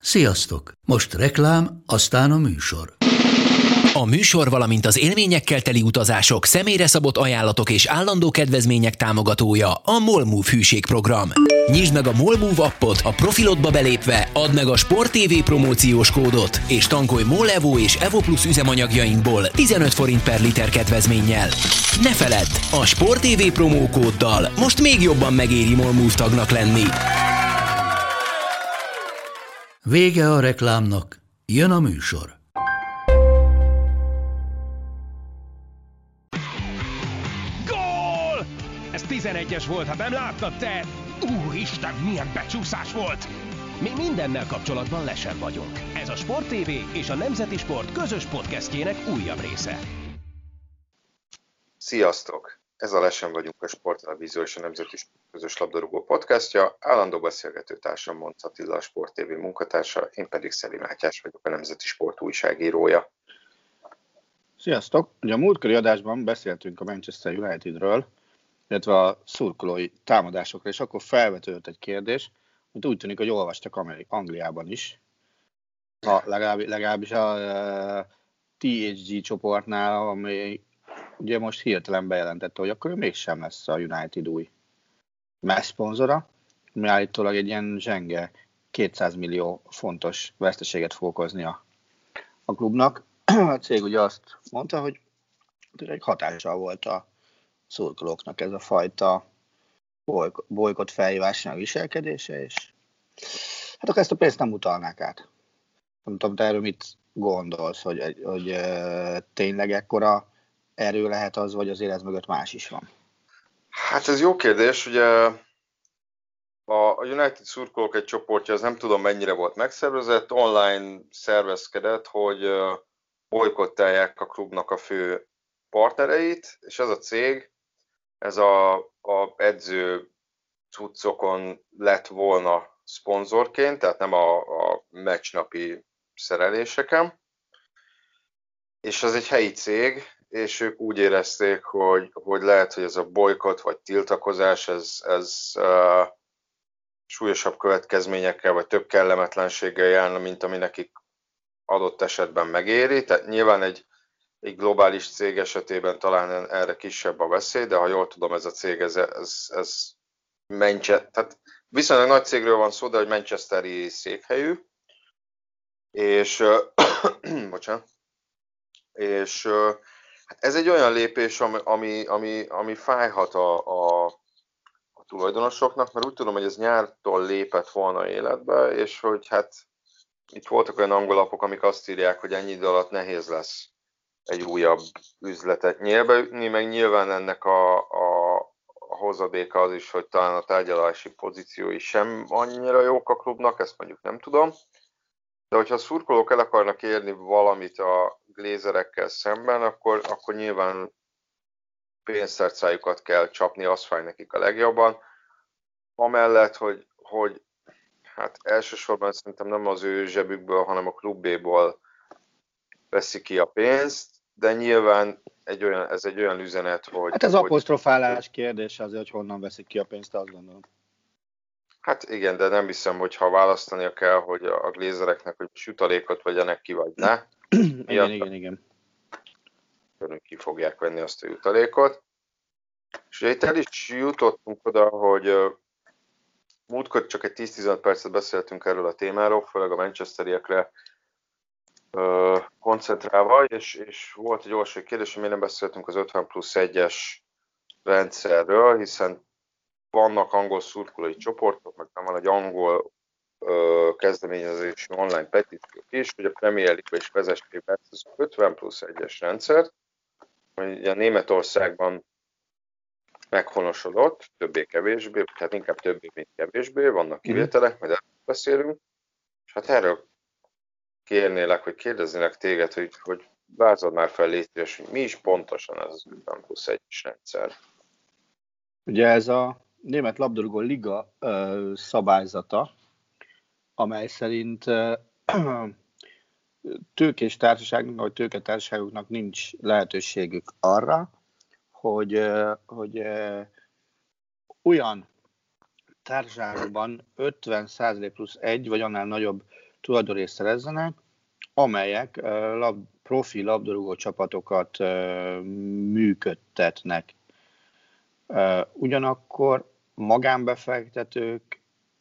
Sziasztok! Most reklám, aztán a műsor. A műsor, valamint az élményekkel teli utazások, személyre szabott ajánlatok és állandó kedvezmények támogatója a MOL Move hűségprogram. Nyisd meg a MOL Move appot, a profilodba belépve add meg a Sport TV promóciós kódot, és tankolj MOL Evo és Evo Plus üzemanyagjainkból 15 forint per liter kedvezménnyel. Ne feledd, a Sport TV promókóddal most még jobban megéri MOL Move tagnak lenni. Vége a reklámnak, jön a műsor. Gól! Ez 11-es volt, ha nem láttad te! Úristen, milyen becsúszás volt! Mi mindennel kapcsolatban lesen vagyunk. Ez a Sport TV és a Nemzeti Sport közös podcastjének újabb része. Sziasztok! Ez a Lesen vagyunk, a Sporttelevízió és a Nemzeti Sport közös labdarúgó podcastja. Állandó beszélgetőtársam Monc Attila, a Sport TV munkatársa, én pedig Szeli Mátyás vagyok, a Nemzeti Sport újságírója. Sziasztok! Ugye a múltkori adásban beszéltünk a Manchester Unitedről, illetve a szurkolói támadásokra, és akkor felvetődött egy kérdés, hogy úgy tűnik, hogy olvastak Angliában is. Legalábbis a THG csoportnál, ami ugye most hirtelen bejelentette, hogy akkor mégsem lesz a United új messzponzora, ami állítólag egy ilyen zsenge 200 millió fontos veszteséget fog okozni a klubnak. A cég ugye azt mondta, hogy egy hatással volt a szurkolóknak ez a fajta bolykott felhívásnak viselkedése, és hát akkor ezt a pénzt nem utalnák át. Nem tudom, te erről mit gondolsz, hogy tényleg ekkora erő lehet az, vagy azért ez mögött más is van? Hát ez jó kérdés, ugye a United szurkolók egy csoportja, az nem tudom mennyire volt megszervezett, online szervezkedett, hogy bojkottálják a klubnak a fő partnereit, és ez a cég, ez a edző cuccokon lett volna szponzorként, tehát nem a meccsnapi szereléseken, és az egy helyi cég, és ők úgy érezték, hogy lehet, hogy ez a bojkott vagy tiltakozás, ez súlyosabb következményekkel, vagy több kellemetlenséggel járna, mint ami nekik adott esetben megéri. Tehát nyilván egy globális cég esetében talán erre kisebb a veszély, de ha jól tudom, ez a cég, ez Manchester, tehát viszonylag nagy cégről van szó, de hogy manchesteri székhelyű, és bocsánat, és hát ez egy olyan lépés, ami fájhat a tulajdonosoknak, mert úgy tudom, hogy ez nyártól lépett volna életbe, és hogy hát itt voltak olyan angol lapok, amik azt írják, hogy ennyi idő alatt nehéz lesz egy újabb üzletet nyílbeütni, meg nyilván ennek a hozadéka az is, hogy talán a tárgyalási pozíciói sem annyira jók a klubnak, ezt mondjuk nem tudom. De hogyha a szurkolók el akarnak érni valamit a glézerekkel szemben, akkor nyilván pénztárcájukat kell csapni, az fáj nekik a legjobban. Amellett, hogy hát elsősorban szerintem nem az ő zsebükből, hanem a klubéból veszik ki a pénzt, de nyilván ez egy olyan üzenet, hogy... Hát ez apostrofálás kérdése azért, hogy honnan veszik ki a pénzt, azt gondolom. Hát igen, de nem hiszem, hogy ha választania kell, hogy a glézereknek, hogy jutalékot vegyenek ki, vagy ne. Igen. Ki fogják venni azt a jutalékot. És ugye itt el is jutottunk oda, hogy múltkor csak egy 10-15 percet beszéltünk erről a témáról, főleg a manchesteriekre koncentrálva, és volt egy olvasói kérdés, hogy miért nem beszéltünk az 50+1-es rendszerről, hiszen vannak angol szurkolói csoportok, meg van egy angol kezdeményezésű online petíciók is, hogy a Premier League-be is vezessék be az 50+1-es rendszert, hogy a Németországban meghonosodott, többé-kevésbé, tehát inkább többé, mint kevésbé, vannak kivételek, majd erről beszélünk, és hát erről kérnélek, hogy kérdeznének téged, hogy vázod már fel létszés, hogy mi is pontosan ez az 50+1-es rendszer. Ugye ez a Német Labdarúgó Liga szabályzata, amely szerint tőkés társaságnak, vagy tőketársaságoknak nincs lehetőségük arra, hogy olyan társaságokban 50% plusz 1, vagy annál nagyobb tulajdonrészt szerezzenek, amelyek profi labdarúgó csapatokat működtetnek. Ugyanakkor magánbefektetők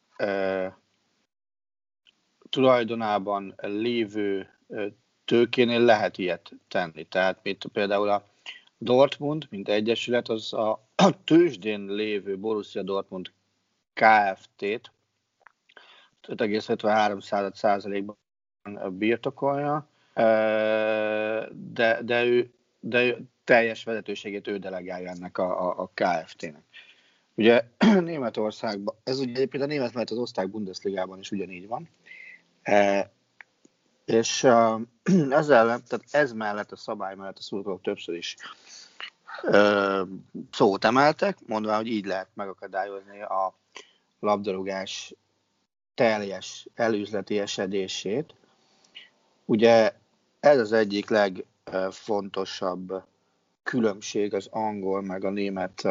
tulajdonában lévő tőkénél lehet ilyet tenni. Tehát mint például a Dortmund, mint egyesület, az a tőzsdén lévő Borussia Dortmund Kft-t 5,73%-ban birtokolja, de ő teljes vezetőségét ő delegálja ennek a Kft-nek. Ugye Németországban, ez ugye egyébként a német mellett az osztrák Bundesligában is ugyanígy van, és ez mellett, a szabály mellett a szurkolók többször is szót emeltek, mondván, hogy így lehet megakadályozni a labdarúgás teljes elüzleti esedését. Ugye ez az egyik legfontosabb különbség az angol meg a német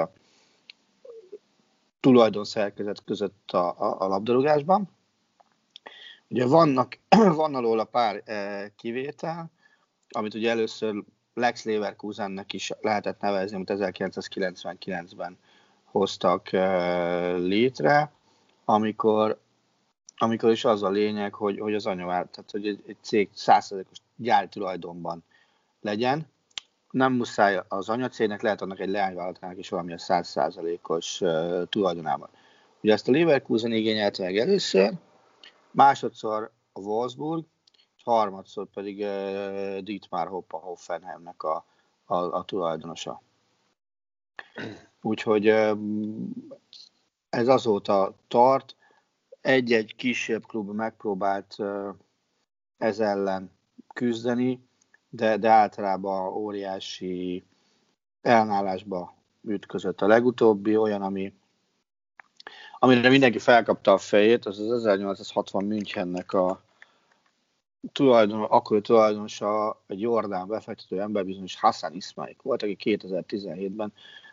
tulajdonszerkezet között a labdarúgásban. Ugye van alól pár kivétel, amit ugye először Lex Leverkusennek is lehetett nevezni, amit 1999-ben hoztak létre, amikor is az a lényeg, hogy az anyavár, tehát hogy egy cég 100%-os gyári tulajdonban legyen. Nem muszáj az anyacégnek, lehet annak egy leányvállalatának is valami a 100%-os tulajdonában. Ugye ezt a Leverkusen igényelte meg először, másodszor a Wolfsburg, és harmadszor pedig Dietmar Hoffenheimnek a tulajdonosa. Úgyhogy ez azóta tart. Egy-egy kisebb klub megpróbált ez ellen küzdeni, de általában óriási ellenállásba ütközött. A legutóbbi olyan, amire mindenki felkapta a fejét, az 1860 Münchennek a akkori tulajdonosa, egy jordán befektető ember, bizonyos Hassan Ismail volt, aki 2017-ben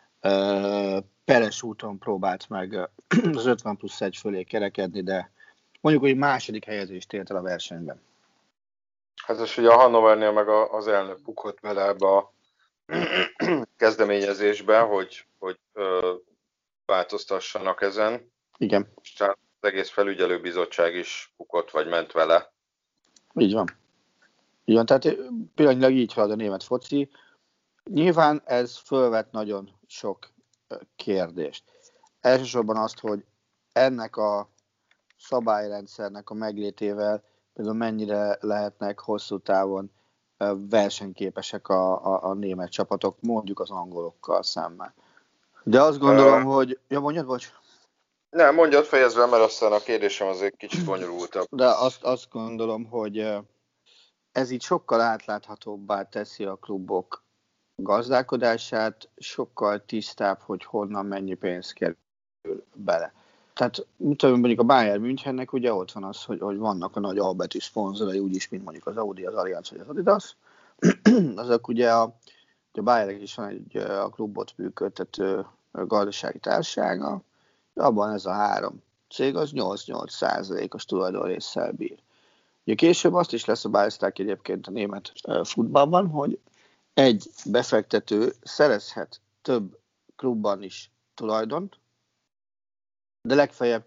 peres úton próbált meg az 50+1 fölé kerekedni, de mondjuk, hogy második helyezést ért el a versenyben. Hát és ugye a Hannovernél meg az elnök bukott bele ebbe a kezdeményezésbe, hogy változtassanak ezen. Igen. És az egész felügyelőbizottság is bukott, vagy ment vele. Így van. Tehát pillanatnyilag így halad a német foci. Nyilván ez fölvet nagyon sok kérdést. Elsősorban azt, hogy ennek a szabályrendszernek a meglétével például mennyire lehetnek hosszú távon versenyképesek a német csapatok, mondjuk az angolokkal szemben. De azt gondolom, hogy... Ja, mondjad, bocs. Nem, mondjad fejezve, mert aztán a kérdésem azért kicsit bonyolultabb. De azt gondolom, hogy ez így sokkal átláthatóbbá teszi a klubok gazdálkodását, sokkal tisztább, hogy honnan mennyi pénz kerül bele. Tehát mondjuk a Bayern Münchennek ugye ott van az, hogy vannak a nagy albetű szponzorai, úgyis, mint mondjuk az Audi, az Allianz vagy az Adidas. Azok ugye a Bayernnek is van egy a klubot működtető gazdasági társasága, abban ez a három cég az 8-8%-os tulajdonrésszel bír. Ugye később azt is leszabályozták egyébként a német futballban, hogy egy befektető szerezhet több klubban is tulajdont, de legfeljebb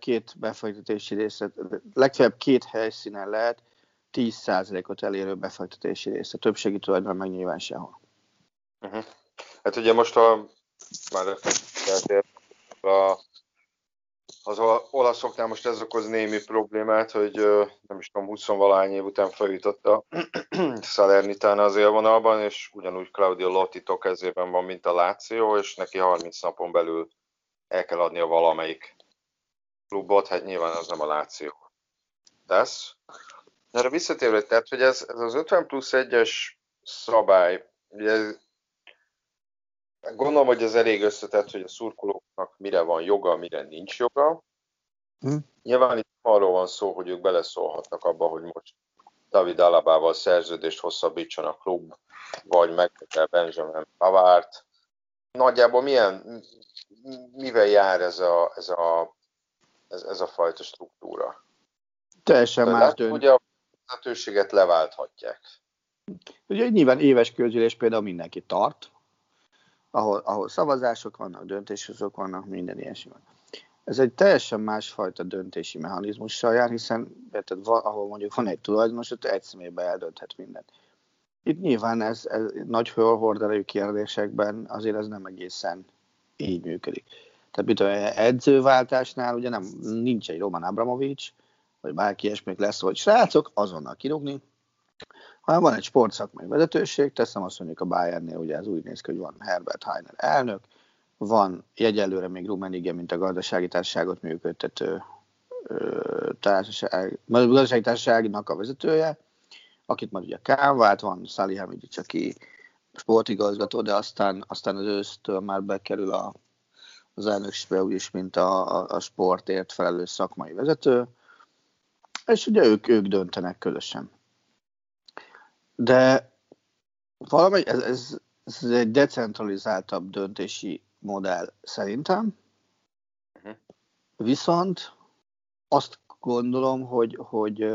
két helyszínen lehet 10%-ot elérő befektetési része. Többségi tulajdon meg nyilván sehol. Uh-huh. Hát ugye most már az olaszoknál most ez okoz némi problémát, hogy nem is tudom, 20-valahány év után feljutott a Salernitana az élvonalban, és ugyanúgy Claudio Lotito kezében van, mint a Lazio, és neki 30 napon belül el kell adnia valamelyik klubot, hát nyilván az nem a Lazio lesz. Erre visszatérve, tehát, hogy ez az 50+1-es szabály, ugye gondolom, hogy ez elég összetett, hogy a szurkolóknak mire van joga, mire nincs joga. Nyilván itt arról van szó, hogy ők beleszólhatnak abba, hogy most David Alabával szerződést hosszabbítson a klub, vagy megkötel Benjamin Pavardt. Nagyjából mivel jár ez a fajta struktúra? Teljesen más ugye vezetőséget leválthatják. Ugye nyilván éves közgyűlés például mindenki tart, ahol szavazások vannak, döntéshozók vannak, minden ilyesmi van. Ez egy teljesen másfajta döntési mechanizmussal jár, hiszen ahol mondjuk van egy tulajdonos, ott egy személyben eldönthet mindent. Itt nyilván ez nagy horderejű kérdésekben azért ez nem egészen így működik. Tehát mit tudom, edzőváltásnál ugye nincs egy Roman Abramovich, vagy bárki ilyesmik lesz, hogy srácok, azonnal kirúgni, hanem van egy sportszakmai vezetőség, teszem azt mondjuk a Bayernnél, ugye ez úgy néz ki, hogy van Herbert Hainer elnök, van egyelőre még Rummenigge, mint a gazdasági társaságot működtető gazdasági társaságnak a vezetője, akit majd ugye Kahn vált, van Salihamidzic, aki sportigazgató, de aztán az ősztől már bekerül az elnökségbe úgyis, mint a sportért felelős szakmai vezető, és ugye ők döntenek közösen. De valahogy ez egy decentralizáltabb döntési modell szerintem, viszont azt gondolom, hogy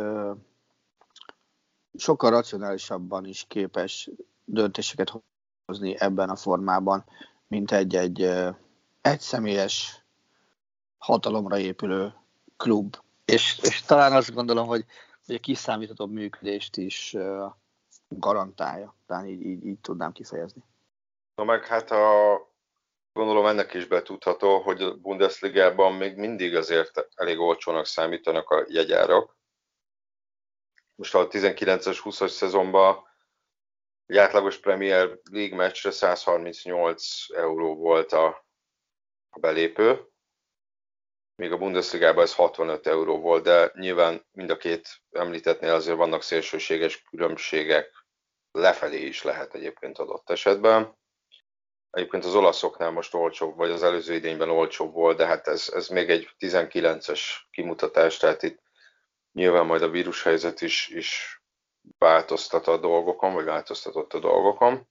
sokkal racionálisabban is képes döntéseket hozni ebben a formában, mint egy egyszemélyes hatalomra épülő klub. És talán azt gondolom, hogy a kiszámíthatóbb működést is garantálja. Talán így tudnám kifejezni. Na meg hát gondolom ennek is betudható, hogy a Bundesligában még mindig azért elég olcsónak számítanak a jegyárak. Most a 19-es 20-as szezonban egy átlagos Premier League meccsre 138 euró volt a belépő, míg a Bundesligában ez 65 euró volt, de nyilván mind a két említettnél azért vannak szélsőséges különbségek, lefelé is lehet egyébként adott esetben. Egyébként az olaszoknál most olcsóbb, vagy az előző idényben olcsóbb volt, de hát ez még egy 19-es kimutatás, tehát itt nyilván majd a vírushelyzet is változtat a dolgokon, vagy változtatott a dolgokon.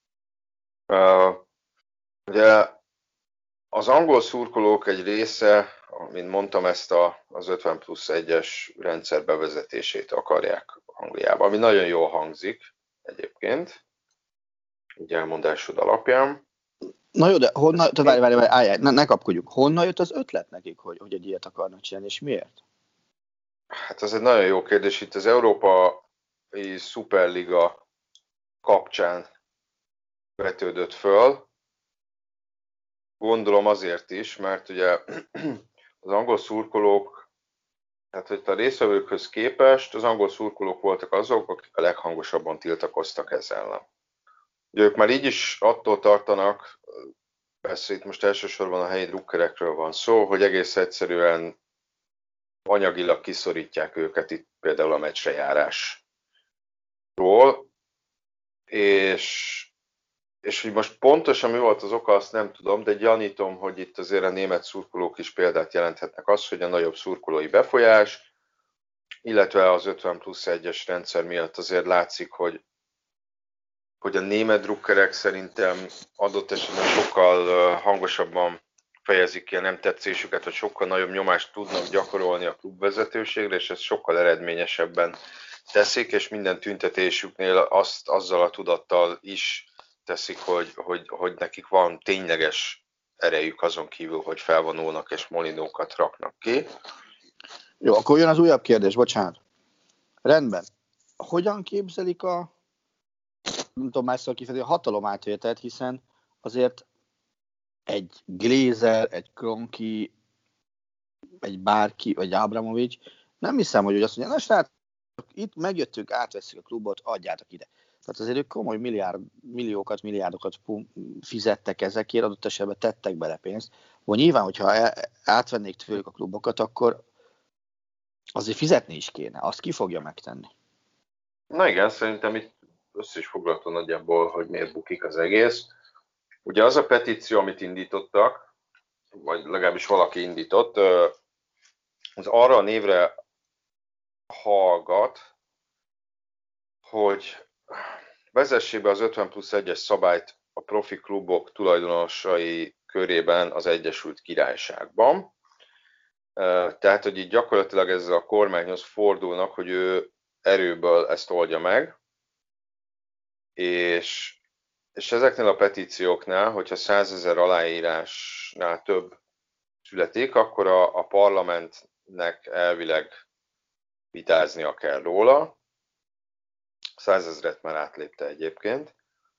Ugye az angol szurkolók egy része, mint mondtam, ezt az 50+1-es rendszer bevezetését akarják Angliában, ami nagyon jól hangzik egyébként, így elmondásod alapján. Na jó, de honnan, várj, ne kapkodjuk. Honnan jött az ötlet nekik, hogy egy ilyet akarnak csinálni, és miért? Hát ez egy nagyon jó kérdés. Itt az Európai Szuperliga kapcsán vetődött föl. Gondolom azért is, mert ugye az angol szurkolók, tehát hogy a résztvevőkhöz képest az angol szurkolók voltak azok, akik a leghangosabban tiltakoztak ezzel ellen. Ugye ők már így is attól tartanak, persze itt most elsősorban a helyi drukkerekről van szó, hogy egész egyszerűen anyagilag kiszorítják őket itt például a meccsre járásról, és hogy most pontosan mi volt az oka, azt nem tudom, de gyanítom, hogy itt azért a német szurkolók is példát jelenthetnek az, hogy a nagyobb szurkolói befolyás, illetve az 50+1-es rendszer miatt azért látszik, hogy a német drukkerek szerintem adott esetben sokkal hangosabban fejezik ki a nem tetszésüket, hogy sokkal nagyobb nyomást tudnak gyakorolni a klubvezetőségre, és ezt sokkal eredményesebben teszik, és minden tüntetésüknél azzal a tudattal is teszik, hogy nekik van tényleges erejük azon kívül, hogy felvonulnak és molinókat raknak ki. Jó, akkor jön az újabb kérdés, bocsánat. Rendben. Hogyan képzelik nem tudom másszal kifejezni, a hatalomátvételt, hiszen azért egy Glazer, egy Kroenke, egy bárki, vagy Abramovich, nem hiszem, hogy azt mondja, na srácok, itt megjöttünk, átveszik a klubot, adjátok ide. Tehát azért ők komoly milliárdokat fizettek ezekért, adott esetben tettek bele pénzt. Vagy nyilván, hogyha átvennék tőlük a klubokat, akkor azért fizetni is kéne. Azt ki fogja megtenni? Na igen, szerintem itt össze is foglalható nagyjából, hogy miért bukik az egész. Ugye az a petíció, amit indítottak, vagy legalábbis valaki indított, az arra a névre hallgat, hogy vezessék be az 50+1-es szabályt a profi klubok tulajdonosai körében az Egyesült Királyságban. Tehát, hogy így gyakorlatilag ezzel a kormányhoz fordulnak, hogy ő erőből ezt oldja meg, és ezeknél a petícióknál, hogyha 100 000 aláírásnál több születik, akkor a parlamentnek elvileg vitáznia kell róla. 100 000-et már átlépte egyébként.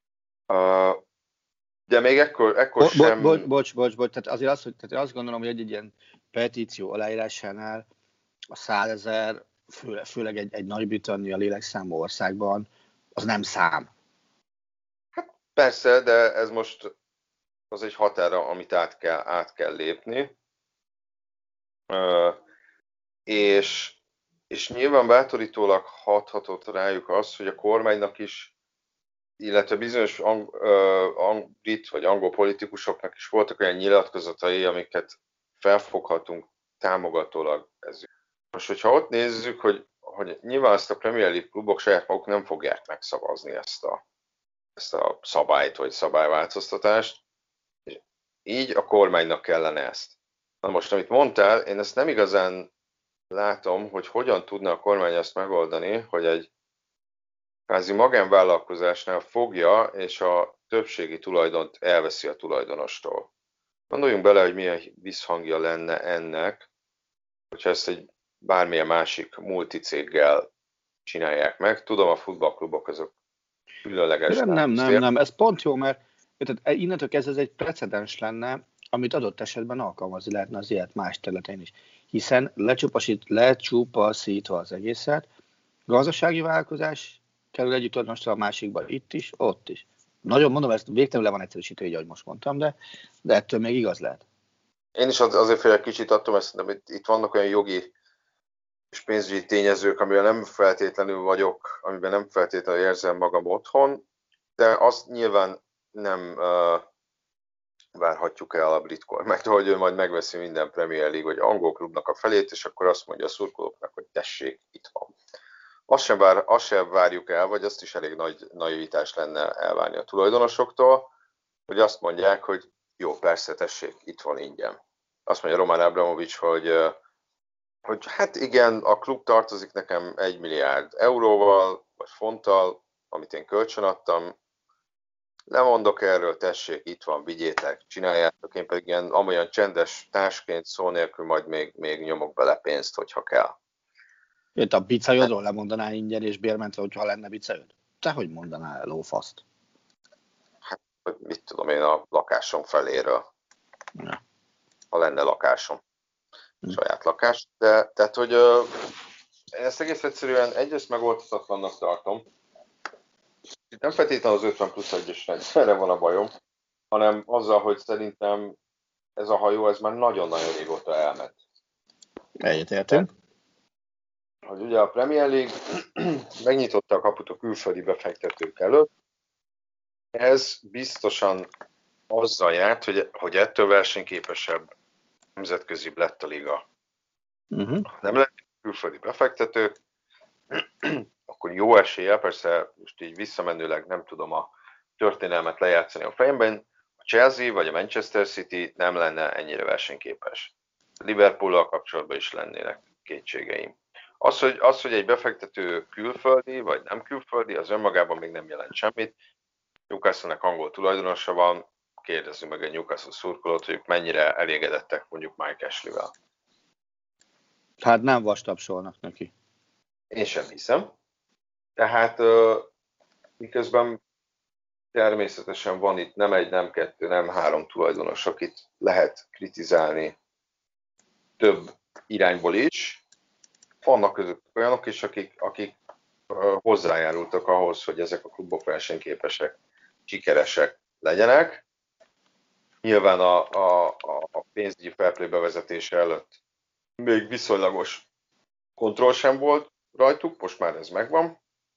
De még ekkor sem... Bocs, tehát azért azt gondolom, hogy egy ilyen petíció aláírásánál a 100 000, főleg egy Nagy-Britannia lélekszámú országban, az nem szám. Hát persze, de ez most az egy határa, amit át kell lépni. És nyilván bátorítólag hathatott rájuk az, hogy a kormánynak is, illetve bizonyos brit vagy angol politikusoknak is voltak olyan nyilatkozatai, amiket felfoghatunk támogatólag ezért. Most, hogyha ott nézzük, hogy nyilván ezt a Premier League klubok saját maguk nem fogják megszavazni ezt a szabályt vagy szabályváltoztatást, és így a kormánynak kellene ezt. Na most, amit mondtál, én ezt nem igazán látom, hogy hogyan tudna a kormány azt megoldani, hogy egy kvázi magánvállalkozásnál fogja, és a többségi tulajdont elveszi a tulajdonostól. Gondoljunk bele, hogy milyen visszhangja lenne ennek, hogyha ezt egy bármilyen másik multicéggel csinálják meg. Tudom, a futballklubok azok különleges. Nem, ez pont jó, mert innentől kezdve ez egy precedens lenne, amit adott esetben alkalmazni lehetne az élet más területén is. Hiszen lecsupaszítva az egészet, gazdasági vállalkozás kerül egyik tulajdonostól a másikba, itt is, ott is. Nagyon mondom, ezt végtelenül le van egyszerűsítve, így ahogy most mondtam, de ettől még igaz lehet. Én is azért félek kicsit attól, mert itt vannak olyan jogi és pénzügyi tényezők, amiben nem feltétlenül érzem magam otthon, de azt nyilván nem várhatjuk el a brit kormánytól, hogy ő majd megveszi minden Premier League vagy angol klubnak a felét, és akkor azt mondja a szurkolóknak, hogy tessék, itt van. Azt sem várjuk el, vagy azt is elég nagy naivitás lenne elvárni a tulajdonosoktól, hogy azt mondják, hogy jó, persze, tessék, itt van ingyen. Azt mondja Roman Abramovich, hogy hát igen, a klub tartozik nekem 1 milliárd euróval, vagy fonttal, amit én kölcsönadtam, lemondok erről, tessék, itt van, vigyétek, csináljátok, én pedig ilyen amolyan csendes társként szó nélkül majd még nyomok bele pénzt, hogyha kell. Jött a bicajodról lemondanál ingyen és bérmentve, hogyha lenne bicajod? Te hogy mondanál el lófaszt? Hát, mit tudom én a lakásom feléről. Ja. Ha lenne lakásom. Saját lakás. De, tehát, hogy én ezt egész egyszerűen egyrészt megoldhatatlannak tartom. Itt nem feltétlenül az 50+1-es rendszerre van a bajom, hanem azzal, hogy szerintem ez a hajó, ez már nagyon-nagyon régóta elment. Egyetértünk. Hogy ugye a Premier League megnyitotta a kaput a külföldi befektetők előtt, ez biztosan azzal járt, hogy ettől versenyképesebb, nemzetközibb lett a liga. Nem lett külföldi befektetők, akkor jó eséllyel, persze most így visszamenőleg nem tudom a történelmet lejátszani a fejemben, a Chelsea vagy a Manchester City nem lenne ennyire versenyképes. A Liverpool-al kapcsolatban is lennének kétségeim. Az, hogy egy befektető külföldi vagy nem külföldi, az önmagában még nem jelent semmit. Newcastle-nek angol tulajdonosa van, kérdezzük meg egy Newcastle szurkolót, hogy ők mennyire elégedettek mondjuk Mike Ashley-vel. Hát nem vastapsolnak neki. Én sem hiszem. Tehát miközben természetesen van itt nem egy, nem kettő, nem 3 tulajdonos, akit lehet kritizálni több irányból is. Vannak között olyanok is, akik hozzájárultak ahhoz, hogy ezek a klubok versenyképesek, sikeresek legyenek. Nyilván a pénzügyi fair play bevezetése előtt még viszonylagos kontroll sem volt rajtuk, most már ez megvan.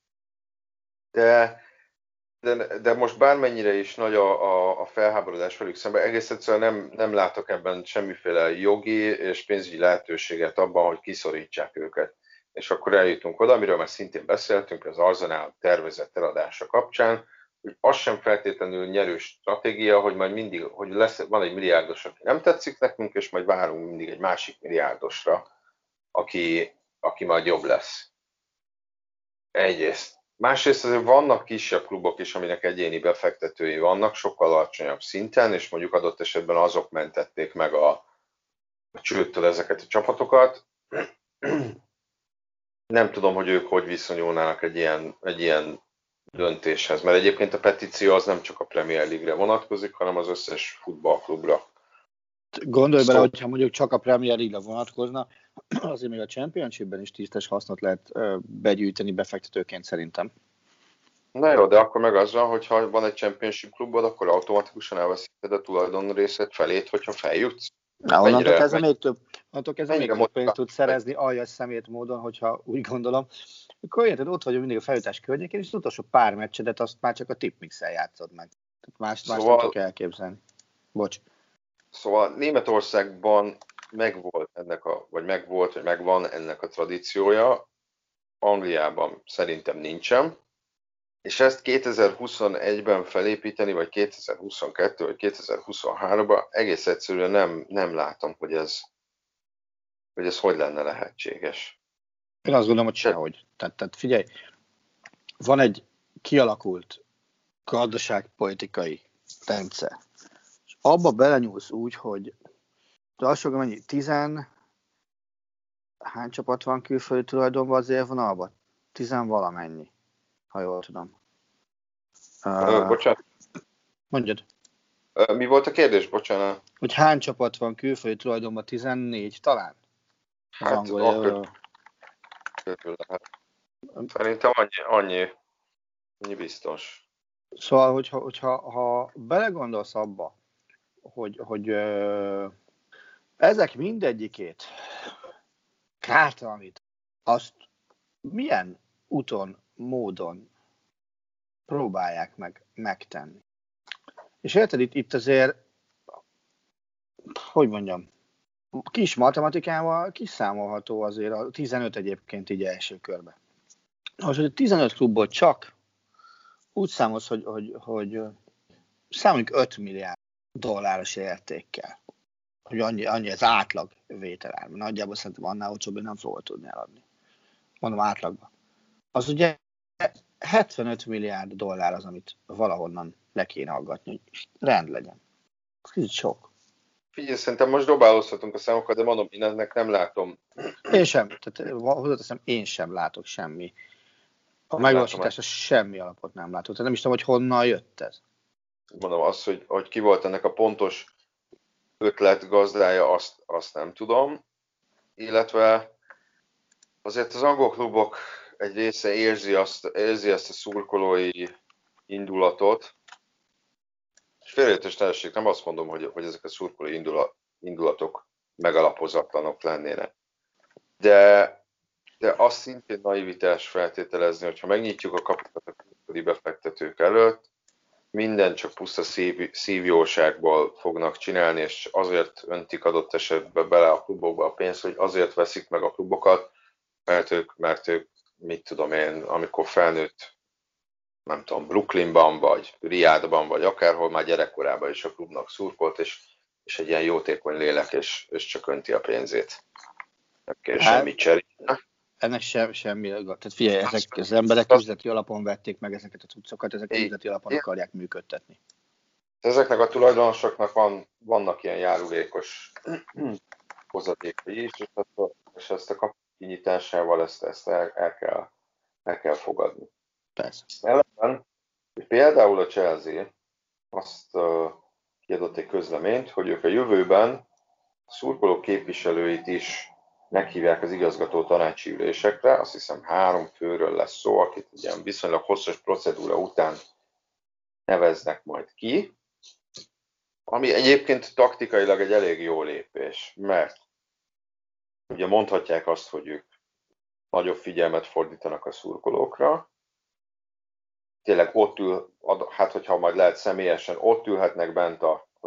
De most bármennyire is nagy a felháborodás velük szemben, egész egyszerűen nem látok ebben semmiféle jogi és pénzügyi lehetőséget abban, hogy kiszorítsák őket. És akkor eljutunk oda, amiről már szintén beszéltünk, az Arsenal tervezett eladása kapcsán, hogy az sem feltétlenül nyerő stratégia, hogy majd mindig, hogy van egy milliárdos, aki nem tetszik nekünk, és majd várunk mindig egy másik milliárdosra, aki majd jobb lesz. Egyrészt. Másrészt azért vannak kisebb klubok is, aminek egyéni befektetői vannak, sokkal alacsonyabb szinten, és mondjuk adott esetben azok mentették meg a csődtől ezeket a csapatokat. Nem tudom, hogy ők hogy viszonyulnának egy ilyen döntéshez, mert egyébként a petíció az nem csak a Premier League-re vonatkozik, hanem az összes futballklubra. Gondolj bele, hogyha mondjuk csak a Premier League-re vonatkozna, azért még a Championship-ben is tisztes hasznot lehet begyűjteni befektetőként szerintem. Na jó, de akkor meg az van, hogyha van egy Championship klubod, akkor automatikusan elveszíted a tulajdon részét felét, hogyha feljutsz. Na, onnantól kezdve még több pénzt tudsz szerezni aljas szemét módon, hogyha úgy gondolom. Akkor érted, ott vagyunk mindig a feljutás környékén, és az utolsó pár meccsedet azt már csak a tipmixel játszod meg. Más nem tudok elképzelni. Bocs. Szóval Németországban megvan ennek a tradíciója, Angliában szerintem nincsen, és ezt 2021-ben felépíteni, vagy 2022, vagy 2023-ban egész egyszerűen nem látom, hogy ez hogy lenne lehetséges. Én azt gondolom, hogy sehogy. Tehát figyelj, van egy kialakult gazdaságpolitikai rendszer, és abba belenyúlsz úgy, hogy lassan mennyi, hány csapat van külföldi tulajdonban az élvonalban? 10 valamennyi, ha jól tudom. Bocsánat. Mondjad. Mi volt a kérdés, bocsánat? Hogy hány csapat van külföldi tulajdonban? 14 talán? Hát akkor szerintem annyi biztos. Szóval, hogyha belegondolsz abba, hogy ezek mindegyikét kártalanít, azt milyen úton, módon próbálják meg megtenni. És érted, itt azért, hogy mondjam, kis matematikával kiszámolható azért a 15 egyébként így első körbe. Most, hogy a 15 klubból csak úgy számolsz, hogy számoljuk 5 milliárd dolláros értékkel, hogy annyi az átlag vételár. Nagyjából szerintem annál olcsóbb nem fogod tudni eladni. Mondom átlagban. Az ugye 75 milliárd dollár az, amit valahonnan le kéne aggatni, hogy rend legyen. Ez kicsit sok. Figyelj, szerintem most dobálózhatunk a számokat, de mondom, én ennek nem látom. Én sem. Tehát hozzáteszem, én sem látok semmi. A megvalósításra semmi alapot nem látok. Tehát nem is tudom, hogy honnan jött ez. Mondom, az, hogy ki volt ennek a pontos ötlet gazdája, azt nem tudom. Illetve azért az angol klubok egy része érzi ezt a szurkolói indulatot. És félreértés teljesség, nem azt mondom, hogy ezek a szurkolói indulatok megalapozatlanok lennének. De azt szintén naivitás feltételezni, hogyha megnyitjuk a kaput a külföldi befektetők előtt, minden csak puszta szívjóságból fognak csinálni, és azért öntik adott esetben bele a klubokba a pénzt, hogy azért veszik meg a klubokat, mert ők mit tudom én, amikor felnőtt, nem tudom, Brooklynban, vagy Riadban, vagy akárhol már gyerekkorában is a klubnak szurkolt, és egy ilyen jótékony lélek, és csak önti a pénzét. Nem kell semmit cserélni. Ennek semmi. Tehát figyelj, ezek az emberek üzleti alapon vették meg ezeket a cuccokat, ezek üzleti alapon akarják működtetni. Ezeknek a tulajdonosoknak vannak ilyen járulékos hozadékai is, és ezt a kaput kinyitásával ezt el kell fogadni. Persze. Ellenben, például a Chelsea azt kiadott egy közleményt, hogy ők a jövőben a szurkolók képviselőit is meghívják az igazgató tanácsi ülésekre, azt hiszem 3 főről lesz szó, akit ilyen viszonylag hosszas procedúra után neveznek majd ki, ami egyébként taktikailag egy elég jó lépés, mert ugye mondhatják azt, hogy ők nagyobb figyelmet fordítanak a szurkolókra, tényleg ott ül, hát hogyha majd lehet személyesen, ott ülhetnek bent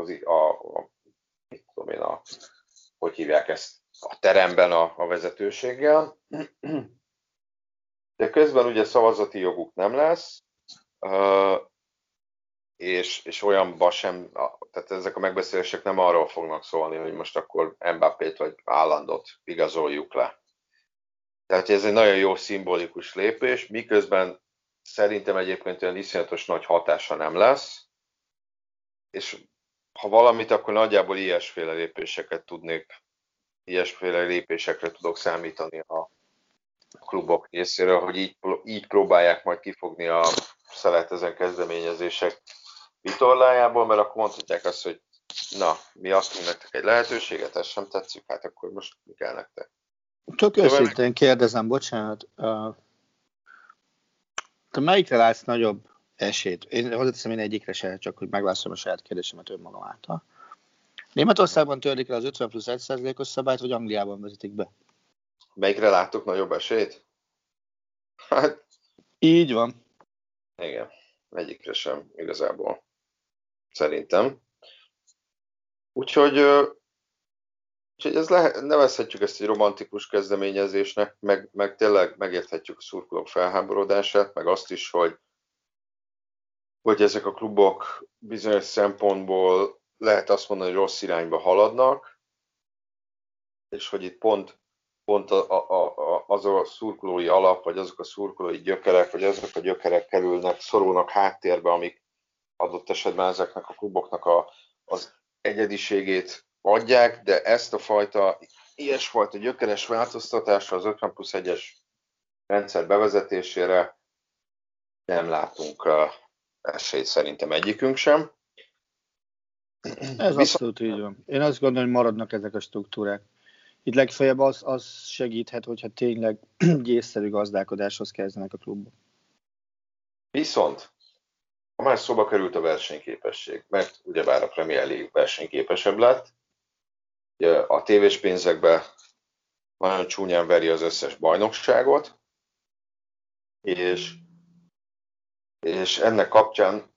mit tudom én, hogy hívják ezt, a teremben a vezetőséggel, de közben ugye szavazati joguk nem lesz, és olyanban sem, tehát ezek a megbeszélések nem arról fognak szólni, hogy most akkor Mbappét vagy Haalandot igazoljuk le. Tehát ez egy nagyon jó szimbolikus lépés, miközben szerintem egyébként olyan iszonyatos nagy hatása nem lesz, és ha valamit, akkor nagyjából ilyesféle lépésekre tudok számítani a klubok részéről, hogy így próbálják majd kifogni a szelet ezen kezdeményezések vitorlájából, mert akkor mondhatják azt, hogy na, mi adtunk nektek egy lehetőséget, ez sem tetszik, hát akkor most mi kell nektek. Csak őszintén kérdezem, bocsánat, te melyikre látsz nagyobb esélyt? Én hozzáteszem, én egyikre se, csak hogy megválaszolom a saját kérdésemet önmagam által. Németországban törlik el az 50 plusz 1%-os szabályt, vagy Angliában vezetik be? Melyikre láttok nagyobb esélyt? Hát, így van. Igen, egyikre sem igazából. Szerintem. Úgyhogy nevezhetjük ezt egy romantikus kezdeményezésnek, meg tényleg megérthetjük a szurkolók felháborodását, meg azt is, hogy ezek a klubok bizonyos szempontból lehet azt mondani, hogy rossz irányba haladnak, és hogy itt pont az a szurkolói alap, vagy azok a szurkolói gyökerek, vagy azok a gyökerek szorulnak háttérbe, amik adott esetben ezeknek a kluboknak az egyediségét adják, de ezt a fajta, ilyesfajta gyökeres változtatásra, az 50 plusz 1-es rendszer bevezetésére nem látunk esélyt szerintem egyikünk sem. Ez abszolút így van. Én azt gondolom, hogy maradnak ezek a struktúrák. Itt legfeljebb az segíthet, hogyha tényleg észszerű gazdálkodáshoz kezdenek a klubok. Viszont, ha már szóba került a versenyképesség, mert ugyebár a Premier League versenyképesebb lett, a tévés pénzekbe nagyon csúnyán veri az összes bajnokságot, és ennek kapcsán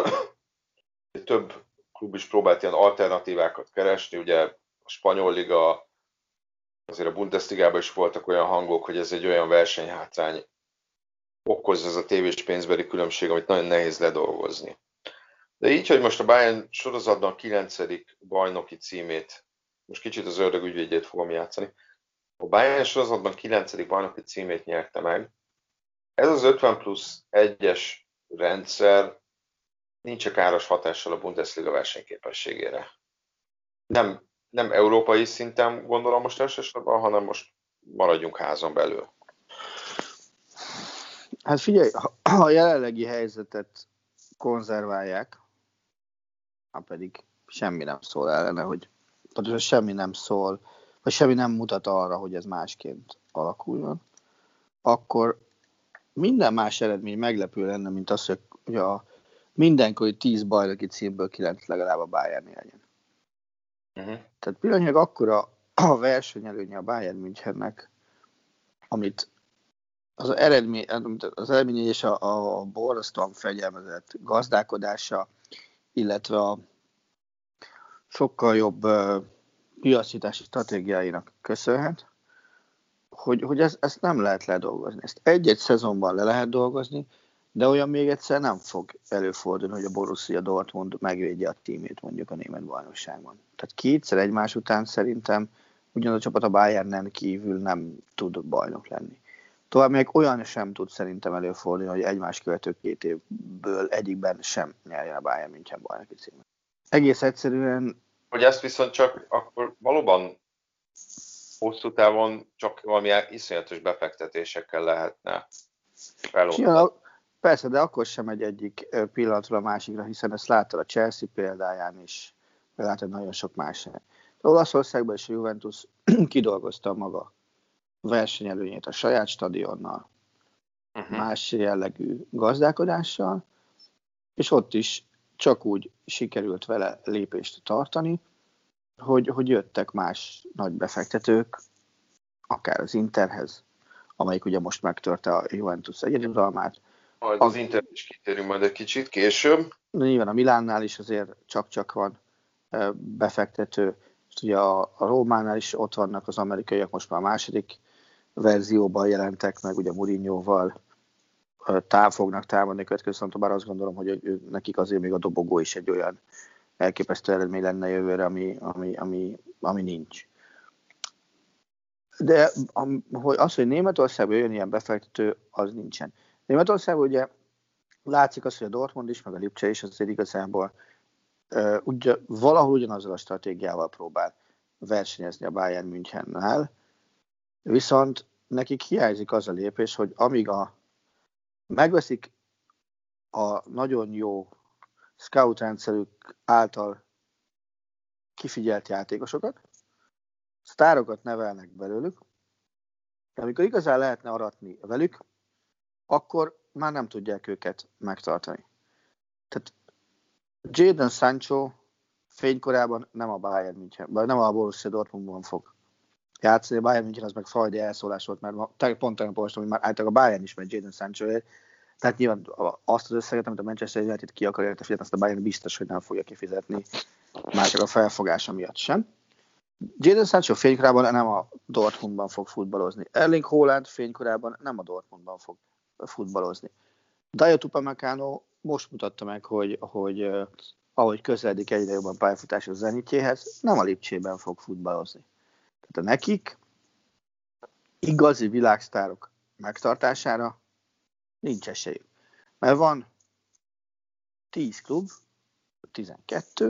több klub is próbált ilyen alternatívákat keresni, ugye a spanyol liga, azért a Bundesligában is voltak olyan hangok, hogy ez egy olyan versenyhátrány okoz ez a tévés pénzbeli különbség, amit nagyon nehéz ledolgozni. De így, hogy most a Bayern sorozatban 9. bajnoki címét, most kicsit az ördög ügyvédjét fogom játszani, a Bayern sorozatban 9. bajnoki címét nyerte meg. Ez az 50 plusz 1-es rendszer nincs káros hatással a Bundesliga versenyképességére. Nem európai szinten gondolom most elsősorban, hanem most maradjunk házon belül. Hát figyelj, ha a jelenlegi helyzetet konzerválják, ha pedig semmi nem szól ellene, hogy semmi nem szól, vagy semmi nem mutat arra, hogy ez másként alakuljon, akkor minden más eredmény meglepő lenne, mint az, hogy a mindenkori 10 bajnoki címből 9 legalább a Bayernnél legyen. Tehát pillanatnyilag akkora a versenyelőnye a Bayern Münchennek, amit az eredmény és a borzasztóan fegyelmezett gazdálkodása, illetve a sokkal jobb piacítási stratégiáinak köszönhet, hogy ezt nem lehet ledolgozni. Ezt egy-egy szezonban le lehet dolgozni, de olyan még egyszer nem fog előfordulni, hogy a Borussia Dortmund megvédje a tímét mondjuk a német bajnokságban. Tehát kétszer egymás után szerintem ugyanaz a csapat a Bayernen kívül nem tud bajnok lenni. Tovább még olyan sem tud szerintem előfordulni, hogy egymás követő 2 évből egyikben sem nyerjen a Bayern München bajnoki címet. Egész egyszerűen... Hogy ezt viszont csak akkor valóban hosszú távon csak valami iszonyatos befektetésekkel lehetne feloldani. Persze, de akkor sem megy egyik pillanatról a másikra, hiszen ezt láttad a Chelsea példáján is, láttad nagyon sok más. Olaszországban is a Juventus kidolgozta maga versenyelőnyét a saját stadionnal, más jellegű gazdálkodással, és ott is csak úgy sikerült vele lépést tartani, hogy jöttek más nagy befektetők, akár az Interhez, amelyik ugye most megtörte a Juventus egyeduralmát. Majd az Inter is kitérünk majd egy kicsit később. Nyilván a Milánnál is azért csak-csak van befektető, és ugye a Rómánál is ott vannak az amerikaiak, most már a második verzióban jelentek meg, ugye Mourinhoval fognak támadni következő, bár azt gondolom, hogy nekik azért még a dobogó is egy olyan elképesztő eredmény lenne jövőre, ami nincs. De hogy Németországban jön ilyen befektető, az nincsen. Németországban ugye látszik az, hogy a Dortmund is, meg a Lipcse is azért igazából valahol ugyanazzal a stratégiával próbál versenyezni a Bayern Münchennel, viszont nekik hiányzik az a lépés, hogy amíg megveszik a nagyon jó scout rendszerük által kifigyelt játékosokat, sztárokat nevelnek belőlük, de amikor igazán lehetne aratni velük, akkor már nem tudják őket megtartani. Tehát Jadon Sancho fénykorában nem a Bayern München, vagy nem a Borussia Dortmundban fog játszani. A Bayern München az meg fajdi elszólás volt, mert pont tegnap olvastam, hogy már általában a Bayern is megy Jadon Sanchoért. Tehát nyilván azt az összeget, amit a Manchester United ki akar érte fizetni, azt a Bayern biztos, hogy nem fogja kifizetni, már csak a felfogása miatt sem. Jadon Sancho fénykorában nem a Dortmundban fog futballozni. Erling Haaland fénykorában nem a Dortmundban fog futballozni. Dayot Upamecano most mutatta meg, hogy ahogy közeledik egyre jobban pályafutás a Zenitjéhez, nem a Lipcsében fog futballozni. Tehát nekik igazi világsztárok megtartására nincs esélyük. Mert van 10 klub, 12,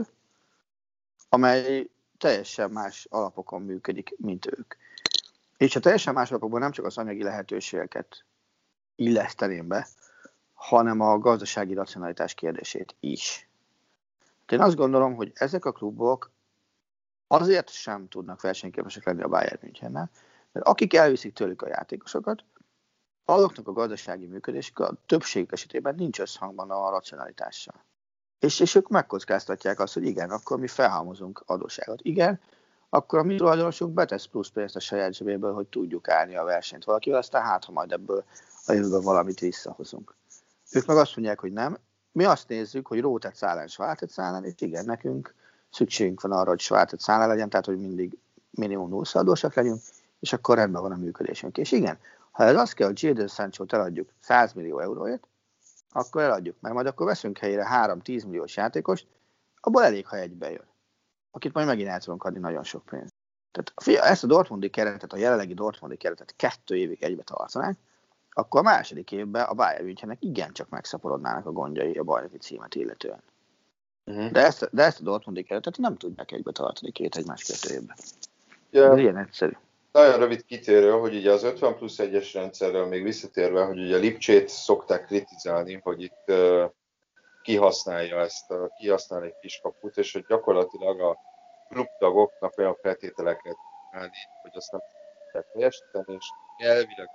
amely teljesen más alapokon működik, mint ők. És a teljesen más alapokban nem csak az anyagi lehetőségeket illeszteném be, hanem a gazdasági racionalitás kérdését is. Én azt gondolom, hogy ezek a klubok azért sem tudnak versenyképesek lenni a Bayern Münchennel, mert akik elviszik tőlük a játékosokat, azoknak a gazdasági működésük a többség esetében nincs összhangban a racionalitással. És ők megkockáztatják azt, hogy igen, akkor mi felhalmozunk adósságot. Igen, akkor a mi tulajdonosunk betesz plusz pénzt a saját zsebéből, hogy tudjuk állni a versenyt valakivel, aztán ha majd ebből a jövőben valamit visszahozunk. Ők meg azt mondják, hogy nem. Mi azt nézzük, hogy Rote-Zahlen, Schwarze-Zahlen, és igen, nekünk szükségünk van arra, hogy Schwarze-Zahlen legyen, tehát hogy mindig minimum 0 adósak legyünk, és akkor rendben van a működésünk. És igen, ha ez azt kell, hogy Jadon Sanchót eladjuk 100 millió euróért, akkor eladjuk, mert majd akkor veszünk helyére 3-10 milliós játékost, abból elég, ha egybe jön, akit majd megint el tudunk adni nagyon sok pénzt. Tehát ezt a Dortmundi keretet, a jelenlegi Dortmundi keretet 2 évig egybe tartanák, akkor a második évben a Bayern Münchennek igencsak megszaporodnának a gondjai a bajnoki címet illetően. De ezt a Dortmundi keretet nem tudják egybe tartani 2 egymás kötő évben. Ez ilyen egyszerű. Nagyon rövid kitérő, hogy ugye az 50+1-es rendszerrel még visszatérve, hogy ugye a Lipcsét szokták kritizálni, hogy itt kihasználja kihasznál egy kiskaput, és hogy gyakorlatilag a klubtagoknak olyan feltételeket állít, hogy azt nem tudják teljesíteni, és elvileg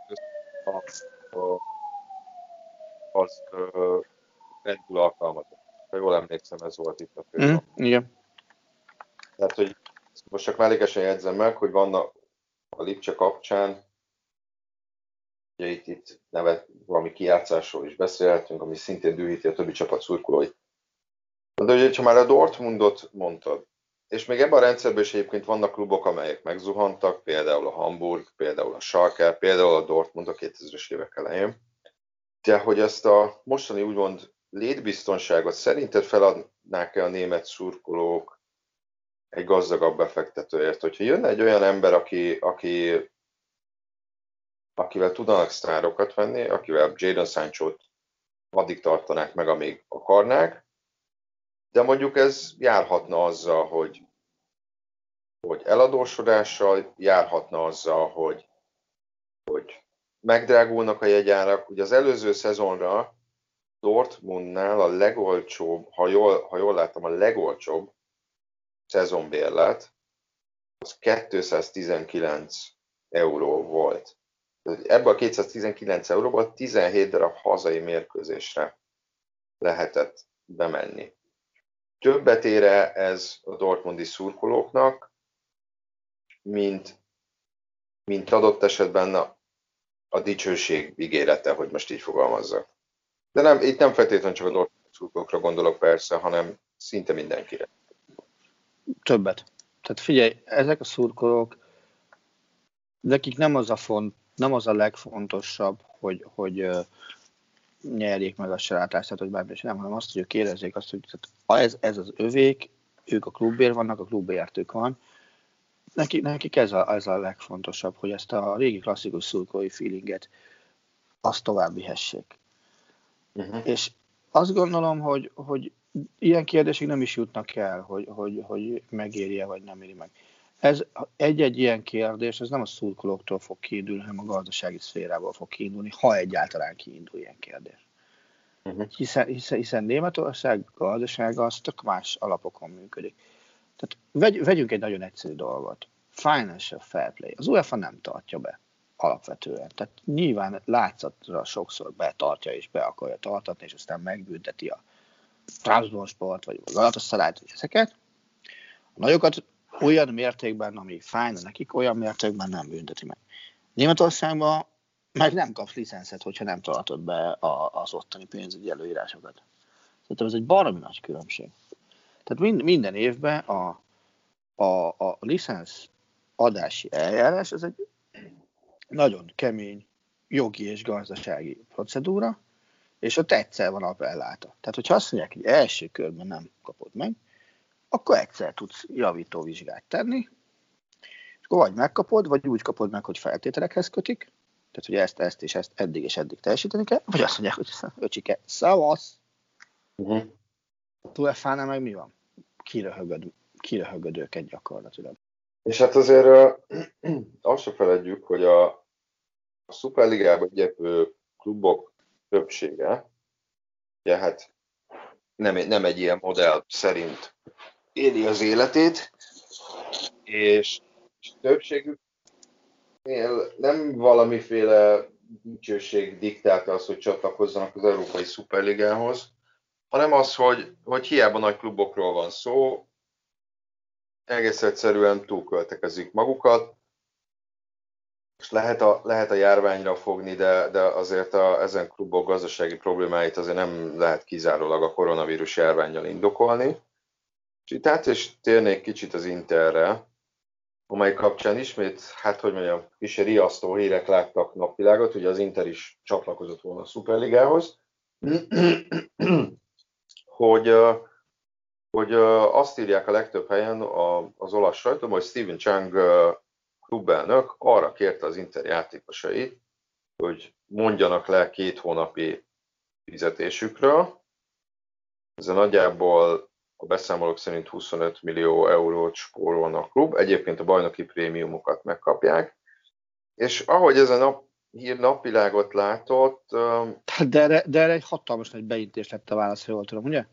az Red Bull alkalmazott. Ha jól emlékszem, ez volt itt a fő. Igen. Tehát, hogy most csak mellékesen jegyzem meg, hogy vannak a Lipcse kapcsán, ugye itt valami kijátszásról is beszélhetünk, ami szintén dühíti a többi csapat szurkolóit. De ugye, ha már a Dortmundot mondtad, és még ebben a rendszerben is egyébként vannak klubok, amelyek megzuhantak, például a Hamburg, például a Schalke, például a Dortmund a 2000-es évek elején, de hogy ezt a mostani úgymond létbiztonságot szerinted feladnák-e a német szurkolók egy gazdagabb befektetőért? Hogyha jönne egy olyan ember, akivel tudnak sztárokat venni, akivel Jadon Sanchót addig tartanák meg, amíg akarnák, de mondjuk ez járhatna azzal, hogy eladósodással, járhatna azzal, hogy megdrágulnak a jegyárak. Ugye az előző szezonra Dortmundnál a legolcsóbb, ha jól láttam, a legolcsóbb szezonbérlet az 219 euró volt. Ebből a 219 euróból 17 darab hazai mérkőzésre lehetett bemenni. Többet ér ez a dortmundi szurkolóknak, mint adott esetben a dicsőség ígérete, hogy most így fogalmazzak. De itt nem feltétlenül csak a dortmundi szurkolókra gondolok persze, hanem szinte mindenkire. Többet. Tehát figyelj, ezek a szurkolók, nekik nem az a legfontosabb, hogy nyerjék meg a sajátást, tehát hogy bármi nem, hanem azt, hogy ők érezzék azt, hogy ez az övék, ők a klubért vannak, a klubértük van, nekik ez a legfontosabb, hogy ezt a régi klasszikus szurkolói feelinget azt tovább vihessék. És azt gondolom, hogy ilyen kérdésig nem is jutnak el, hogy megéri-e vagy nem éri meg. Ez egy-egy ilyen kérdés, ez nem a szurkolóktól fog kiindulni, hanem a gazdasági szférából fog kiindulni, ha egyáltalán kiindul ilyen kérdés. Hiszen Németország gazdasága az tök más alapokon működik. Tehát vegyünk egy nagyon egyszerű dolgot. Financial fair play. Az UEFA nem tartja be alapvetően. Tehát nyilván látszatra sokszor betartja és be akarja tartatni, és aztán megbünteti a Trabzonsport, vagy a Galatasarayt, vagy ezeket. A nagyokat olyan mértékben, ami fájna nekik, olyan mértékben nem bünteti meg. Németországban meg nem kapsz licenszet, hogyha nem tartod be az ottani pénzügyi előírásokat. Szerintem ez egy baromi nagy különbség. Tehát minden évben a licensz adási eljárás, ez egy nagyon kemény jogi és gazdasági procedúra, és ott egyszer van appelláta. Tehát, hogyha azt mondják, hogy első körben nem kapod meg, akkor egyszer tudsz javítóvizsgát tenni, és akkor vagy megkapod, vagy úgy kapod meg, hogy feltételekhez kötik, tehát, hogy ezt és ezt eddig és eddig teljesíteni kell, vagy azt mondják, hogy öcsike, szavasz. A UEFA-nál meg mi van? Kiröhögöd őket gyakorlatilag. És hát azért azt se feledjük, hogy a szuperligában igyekvő klubok többsége, ugye hát nem egy ilyen modell szerint éli az életét, és többségüknél nem valamiféle dicsőség diktálta az, hogy csatlakozzanak az Európai Szuperligához, hanem az, hogy hiába nagy klubokról van szó, egész egyszerűen túlköltekezik magukat, és lehet a járványra fogni, de azért ezen klubok gazdasági problémáit azért nem lehet kizárólag a koronavírus járvánnyal indokolni. És itt át is térnék kicsit az Interre, amely kapcsán ismét, kis riasztó hírek láttak napvilágot, ugye az Inter is csatlakozott volna a Szuperligához, hogy azt írják a legtöbb helyen az olasz sajtóban, hogy Steven Chang klubelnök arra kérte az Inter játékosait, hogy mondjanak le 2 hónapi fizetésükről. Ez nagyjából a beszámolók szerint 25 millió eurót spórolna a klub, egyébként a bajnoki prémiumokat megkapják. És ahogy ez a hír napvilágot látott... De erre egy hatalmas nagy beintés lett a válasz, jól tudom, ugye?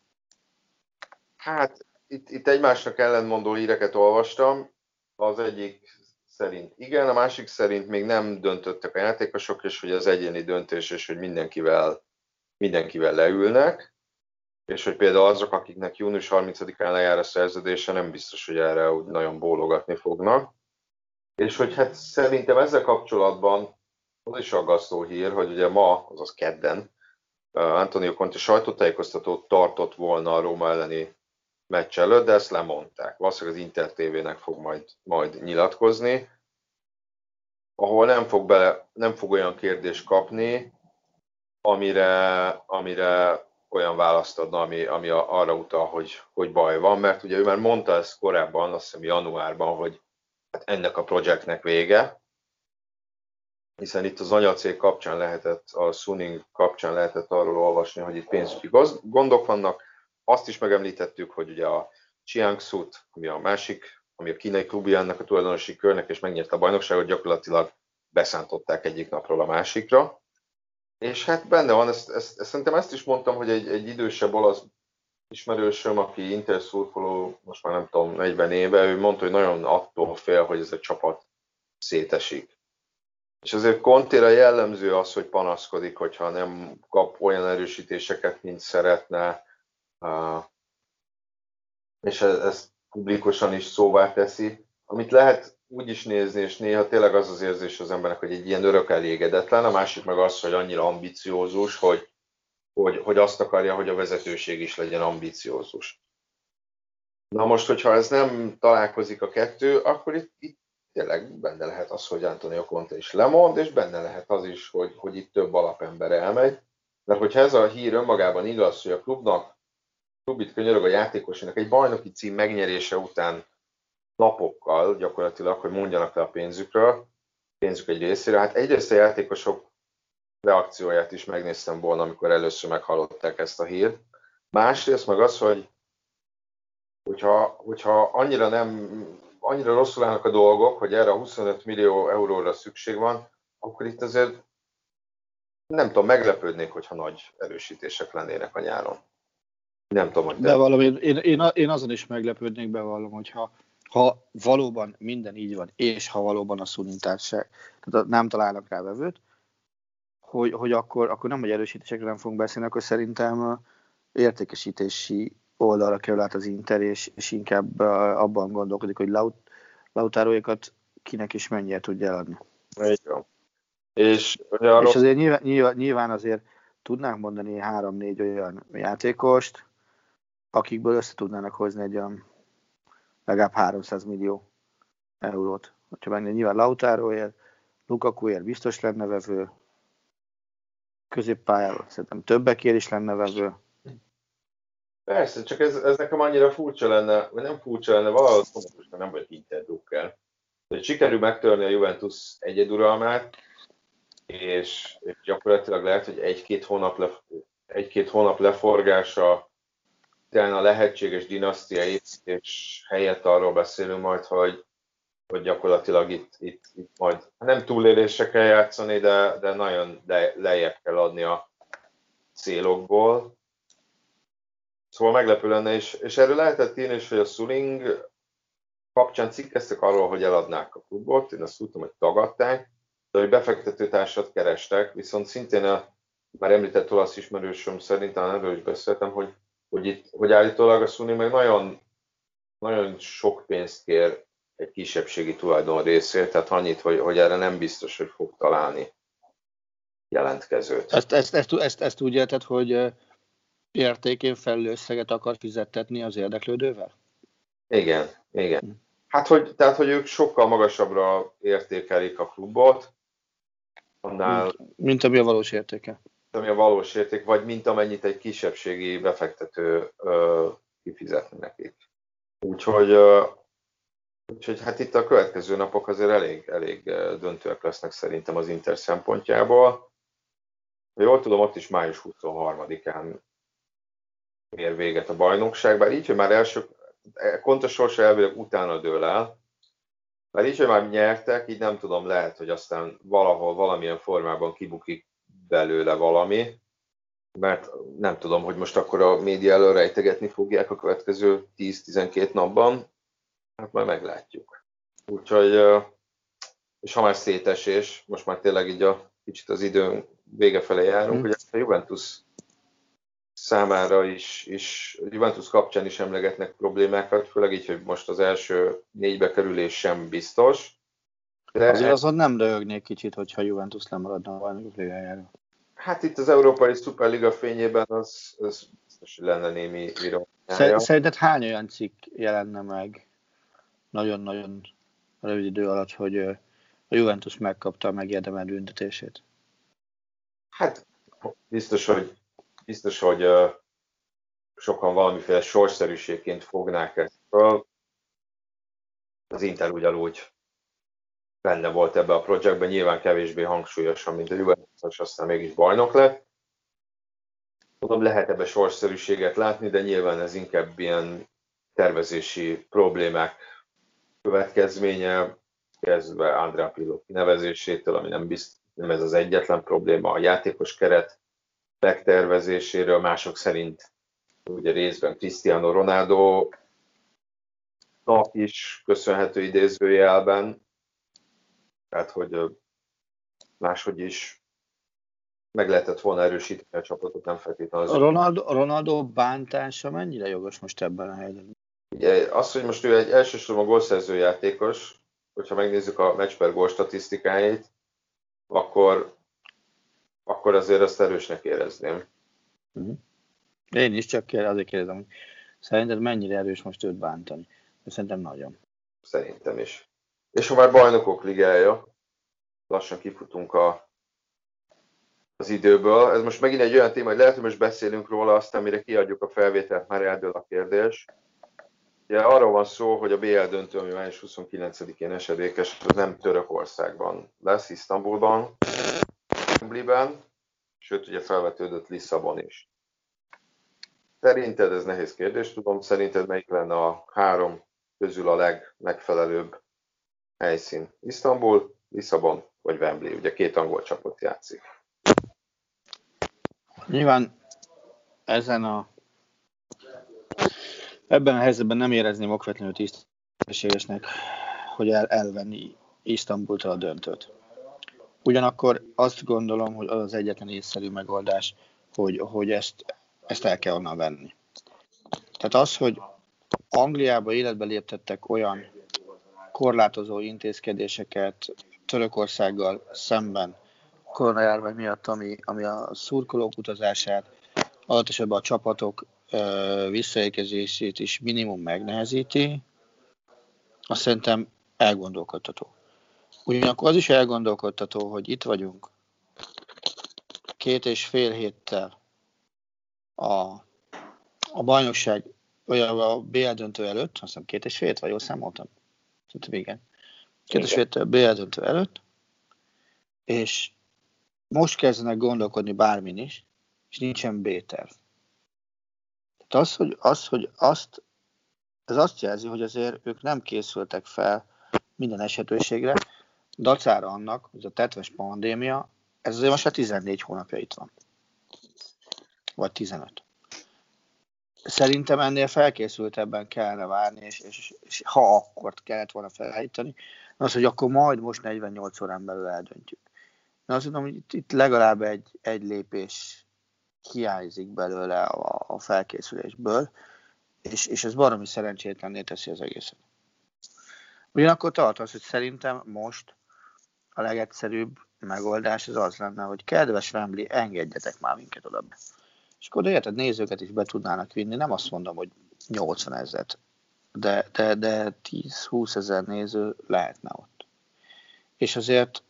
Hát itt egymásnak ellentmondó híreket olvastam. Az egyik szerint igen, a másik szerint még nem döntöttek a játékosok, és hogy az egyéni döntés, és hogy mindenkivel leülnek, és hogy például azok, akiknek június 30-án lejár a szerződése, nem biztos, hogy erre úgy nagyon bólogatni fognak. És hogy hát szerintem ezzel kapcsolatban az is aggasztó hír, hogy ugye ma, azaz kedden, Antonio Conte sajtótájékoztatót tartott volna a Róma elleni meccs előtt, de ezt lemondták. Valószínűleg az Inter TV-nek fog majd nyilatkozni, ahol nem fog olyan kérdést kapni, amire olyan választ adna, ami arra utal, hogy baj van, mert ugye ő már mondta ezt korábban, azt hiszem januárban, hogy hát ennek a projektnek vége, hiszen itt az anyacég kapcsán lehetett, a Suning kapcsán lehetett arról olvasni, hogy itt pénzügyi gondok vannak. Azt is megemlítettük, hogy ugye a Jiangsu-t, ami a kínai klubja ennek a tulajdonosi körnek, és megnyerte a bajnokságot, gyakorlatilag beszántották egyik napról a másikra. És hát benne van, szerintem ezt is mondtam, hogy egy idősebb olasz ismerősöm, aki Inter szurkoló, most már nem tudom, 40 éve, ő mondta, hogy nagyon attól fél, hogy ez a csapat szétesik. És azért Contéra jellemző az, hogy panaszkodik, hogyha nem kap olyan erősítéseket, mint szeretne, és ezt publikusan is szóvá teszi, amit lehet úgy is nézni, és néha tényleg az érzés az embernek, hogy egy ilyen örök elégedetlen, a másik meg az, hogy annyira ambiciózus, hogy azt akarja, hogy a vezetőség is legyen ambiciózus. Na most, hogyha ez nem találkozik a kettő, akkor itt tényleg benne lehet az, hogy Antonio Conte is lemond, és benne lehet az is, hogy itt több alapember elmegy. Mert hogyha ez a hír önmagában igaz, hogy a klub itt könyörög a játékosainak egy bajnoki cím megnyerése után lapokkal gyakorlatilag, hogy mondjanak le a pénzük egy részére. Hát egyrészt a játékosok reakcióját is megnéztem volna, amikor először meghallották ezt a hírt. Másrészt meg az, hogyha annyira rosszul állnak a dolgok, hogy erre a 25 millió euróra szükség van, akkor itt azért nem tudom, meglepődnék, hogyha nagy erősítések lennének a nyáron. Nem tudom, hogy Bevallom, én azon is meglepődnék, bevallom, hogyha valóban minden így van, és ha valóban a szunintárság, tehát nem találnak rá vevőt, hogy akkor nem, hogy erősítésekről nem fogunk beszélni, akkor szerintem értékesítési oldalra kerül át az Inter, és inkább abban gondolkodik, hogy Lautaróékat kinek is mennyire tudja eladni. És azért nyilván azért tudnánk mondani 3-4 olyan játékost, akikből össze tudnának hozni egy olyan legalább 300 millió eurót. Ha megnézzük, nyilván Lautaróért, Lukakuért biztos lenne vevő, középpályáról szerintem többekért is lenne vevő. Persze, csak ez nekem annyira furcsa lenne, vagy nem furcsa lenne, valahol pontosan nem vagyok Inter-drukker. Hogy sikerül megtörni a Juventus egyeduralmát, és gyakorlatilag lehet, hogy egy-két hónap leforgása utána a lehetséges dinasztia és helyett arról beszélünk majd, hogy gyakorlatilag itt majd nem túlélésre kell játszani, de nagyon lejjebb kell adni a célokból. Szóval meglepő lenne, és erről lehetett írni is, hogy a Suling kapcsán cikkeztek arról, hogy eladnák a klubot, én azt tudtam, hogy tagadták, de hogy befektetőtársat kerestek, viszont szintén a már említett olasz ismerősöm szerint, talán erről is beszéltem, hogy állítólag a Suling meg nagyon, nagyon sok pénzt kér egy kisebbségi tulajdon részért, tehát annyit, hogy erre nem biztos, hogy fog találni jelentkezőt. Ezt úgy érted, hogy értékén felül összeget akar fizettetni az érdeklődővel? Igen. Tehát, hogy ők sokkal magasabbra értékelik a klubot, annál... Mint ami a valós értéke. Ami a valós érték, vagy mint amennyit egy kisebbségi befektető kifizetni nekik. Úgyhogy hát itt a következő napok azért elég döntőek lesznek szerintem az Inter szempontjából. Jól tudom, ott is május 23-án ér véget a bajnokság, bár így, hogy már Conte sorsa elvileg utána dől el, mert így, hogy már nyertek, így nem tudom, lehet, hogy aztán valahol valamilyen formában kibukik belőle valami, mert nem tudom, hogy most akkor a média elől rejtegetni fogják a következő 10-12 napban, hát majd meglátjuk. Úgyhogy, és ha már szétesés, most már tényleg így kicsit az idő vége felé járunk, hogy a Juventus számára is Juventus kapcsán is emlegetnek problémákat, főleg így, hogy most az első 4-be kerülés sem biztos. De azért azon nem röhögnék kicsit, hogyha Juventus lemaradna a bajnokok ligájára. Hát itt az Európai Szuperliga fényében az biztos, hogy lenne némi iróniája. Szerinted hány olyan cikk jelenne meg nagyon-nagyon rövid idő alatt, hogy a Juventus megkapta a megérdemelt büntetését? Hát biztos, hogy sokan valamiféle sorszerűségként fognák ezt föl. Az Inter ugyanúgy benne volt ebbe a projektben, nyilván kevésbé hangsúlyosan, mint a Juventus, aztán mégis bajnok lett. Tudom, lehet ebbe sorszerűséget látni, de nyilván ez inkább ilyen tervezési problémák következménye, kezdve Andrea Pirlo kinevezésétől, ami nem ez az egyetlen probléma, a játékos keret megtervezéséről, mások szerint ugye részben Cristiano Ronaldo is köszönhető idézőjelben, tehát hogy máshogy is meg lehetett volna erősíteni a csapatot, nem feltétlenül az. Ronaldo bántása mennyire jogos most ebben a helyzetben? Ugye az, hogy most ő egy elsősorban gólszerző játékos, hogyha megnézzük a meccs per gól statisztikáit, akkor azért azt erősnek érezném. Én is csak azért kérdezem, hogy szerinted mennyire erős most őt bántani? Szerintem nagyon. Szerintem is. És ha már bajnokok ligája, lassan kifutunk az időből. Ez most megint egy olyan téma, hogy lehet, hogy most beszélünk róla, aztán mire kiadjuk a felvételt, már eldől a kérdés. Ugye arról van szó, hogy a BL döntő, ami május 29-én esedékes, az nem Törökországban lesz, Isztambulban, Wembleyben, sőt ugye felvetődött Lisszabon is. Szerinted, ez nehéz kérdés, tudom, szerinted melyik lenne a 3 közül a legmegfelelőbb helyszín? Isztambul, Lisszabon vagy Wembley? Ugye 2 angol csapat játszik. Nyilván ebben a helyzetben nem érezném okvetlenül tisztességesnek, hogy elvenni Isztambultól a döntőt. Ugyanakkor azt gondolom, hogy az az egyetlen észszerű megoldás, hogy ezt el kell onnan venni. Tehát az, hogy Angliába életbe léptettek olyan korlátozó intézkedéseket Törökországgal szemben koronajárvány miatt, ami a szurkolók utazását, adott esetben a csapatok visszaérkezését is minimum megnehezíti, azt szerintem elgondolkodtató. Ugyanakkor az is elgondolkodtató, hogy itt vagyunk 2,5 héttel a bajnokság, vagy a BL döntő előtt, azt hiszem 2,5 hét, vagy jól számoltam? Szerintem igen. 2,5 héttel BL döntő előtt, és most kezdenek gondolkodni bármin is, és nincsen B-terv. Tehát ez azt jelzi, hogy azért ők nem készültek fel minden esetőségre, dacára annak, hogy a tetves pandémia, ez azért most már 14 hónapja itt van. Vagy 15. Szerintem ennél felkészültebben kellene várni, és ha akkor kellett volna felállítani, az, hogy akkor majd most 48 órán belül eldöntjük. Én azt mondom, hogy itt legalább egy lépés hiányzik belőle a felkészülésből, és ez baromi szerencsétlenné teszi az egészet. Ugyanakkor tartasz, hogy szerintem most a legegyszerűbb megoldás az lenne, hogy kedves Wembley, engedjetek már minket oda be. És akkor érted, nézőket is be tudnának vinni, nem azt mondom, hogy 80 000, de 10-20 ezer néző lehetne ott. És azért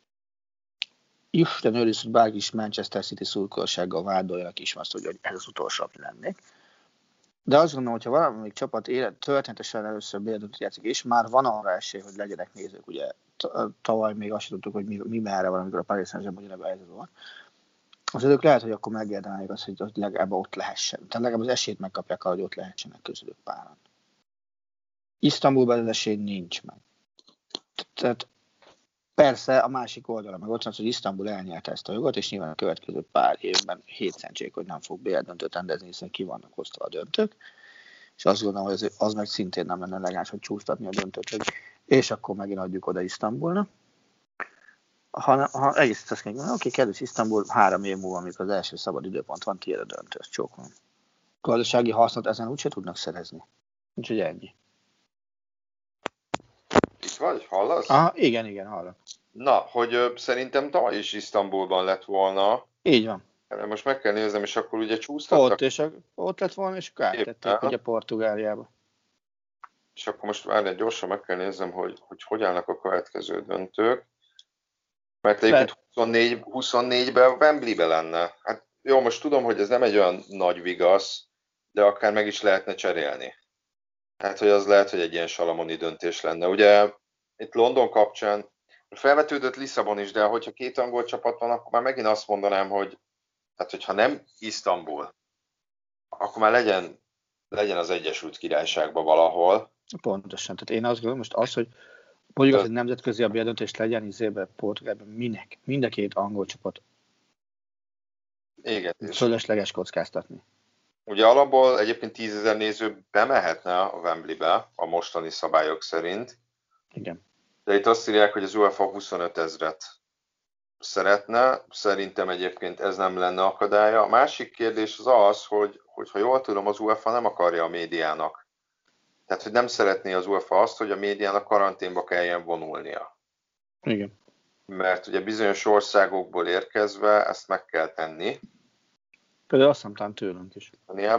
Isten őriz, hogy bárki is Manchester City szurkolsággal vádoljanak is azt, hogy ez az utolsó, ami lennék. De azt gondolom, hogyha valamelyik csapat történetesen először bérdöntőt játszik, és már van arra esély, hogy legyenek nézők, ugye tavaly még azt tudtuk, hogy mi merre van, amikor a Paris Saint-Germain ugyanebben a helyzetben van. Az ők lehet, hogy akkor megérdemelik azt, hogy legalább ott lehessen. Tehát legalább az esélyt megkapják arra, hogy ott lehessenek közülük páran. Isztambulban az esély nincs meg. Tehát persze a másik oldalon meg ott van, hogy Isztambul elnyerte ezt a jogot, és nyilván a következő pár évben hétszentség, hogy nem fog BL döntőt rendezni, hiszen ki vannak hozva a döntők. És azt gondolom, hogy az meg szintén nem lenne legális, hogy csúsztatni a döntőt, és akkor megint adjuk oda Isztambulnak. Ha egész azt kell mondani, oké, kedves Isztambul, 3 év múlva, amikor az első szabad időpont van, tiéd a döntő, az csókolom. Gazdasági hasznot ezen úgyse tudnak szerezni. Úgyhogy ennyi. Itt vagy? Hallasz? Igen, hallok. Na, hogy szerintem tavaly is Isztambulban lett volna. Így van. Most meg kell néznem, és akkor ugye csúsztattak. Ott lett volna, és áttették ugye Portugáliába. És akkor most várj, gyorsan meg kell néznem, hogy állnak a következő döntők. Mert egyébként 24-ben Wembleybe lenne. Hát jó, most tudom, hogy ez nem egy olyan nagy vigasz, de akár meg is lehetne cserélni. Hát, hogy az lehet, hogy egy ilyen salamoni döntés lenne. Ugye itt London kapcsán felvetődött Lisszabon is, de hogyha 2 angol csapat van, akkor már megint azt mondanám, hogy hát, hogyha nem Isztambul, akkor már legyen az Egyesült Királyságban valahol. Pontosan. Tehát én azt gondolom, most az, hogy mondjuk az, hogy nemzetközi a döntés legyen izébe, Portugálban, minek? Mind a 2 angol csapat. Igen. Fölösleges kockáztatni. Ugye alapból egyébként 10 000 néző bemehetne a Wembleybe a mostani szabályok szerint. Igen. De itt azt írják, hogy az UEFA 25 000 szeretne. Szerintem egyébként ez nem lenne akadálya. A másik kérdés az, hogy ha jól tudom, az UEFA nem akarja a médiának. Tehát, hogy nem szeretné az UEFA azt, hogy a médiának karanténba kelljen vonulnia. Igen. Mert ugye bizonyos országokból érkezve ezt meg kell tenni. Például azt mondtam tőlünk is.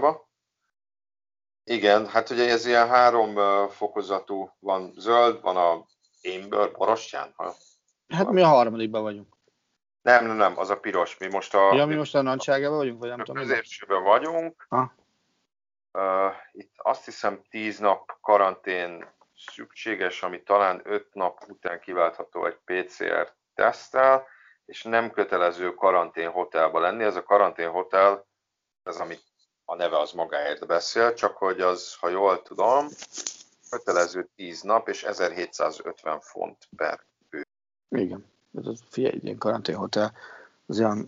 Igen, hát ugye ez ilyen 3 fokozatú, van zöld, van a Amber, borostyán. Hát mi a 3. vagyunk. Nem, az a piros. Mi most mi most a nagyságában vagyunk, vagy nem tudom. Középsőben vagyunk. Itt azt hiszem 10 nap karantén szükséges, ami talán 5 nap után kiváltható egy PCR teszttel, és nem kötelező karanténhotelba lenni. Ez a karanténhotel, ez amit a neve az magáért beszél, csak hogy az, ha jól tudom, kötelező 10 nap és 1750 font per fő. Igen. Figyelj, egy ilyen karanténhotel, az olyan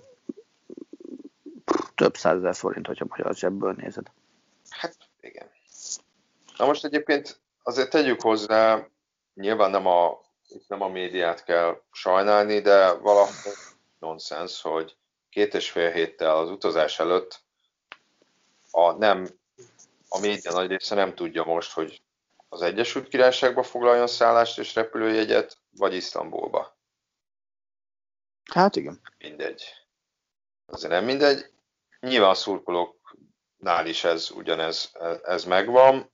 több 100 000 forint, hogyha magyar zsebből nézed. Hát igen. Na most egyébként azért tegyük hozzá, nyilván nem a médiát kell sajnálni, de valahol nonsens, hogy 2,5 héttel az utazás előtt a média nagy része nem tudja most, hogy az Egyesült Királyságba foglaljon szállást és repülőjegyet, vagy Isztambulba. Hát igen. Mindegy. Azért nem mindegy. Nyilván a szurkolóknál is ez megvan.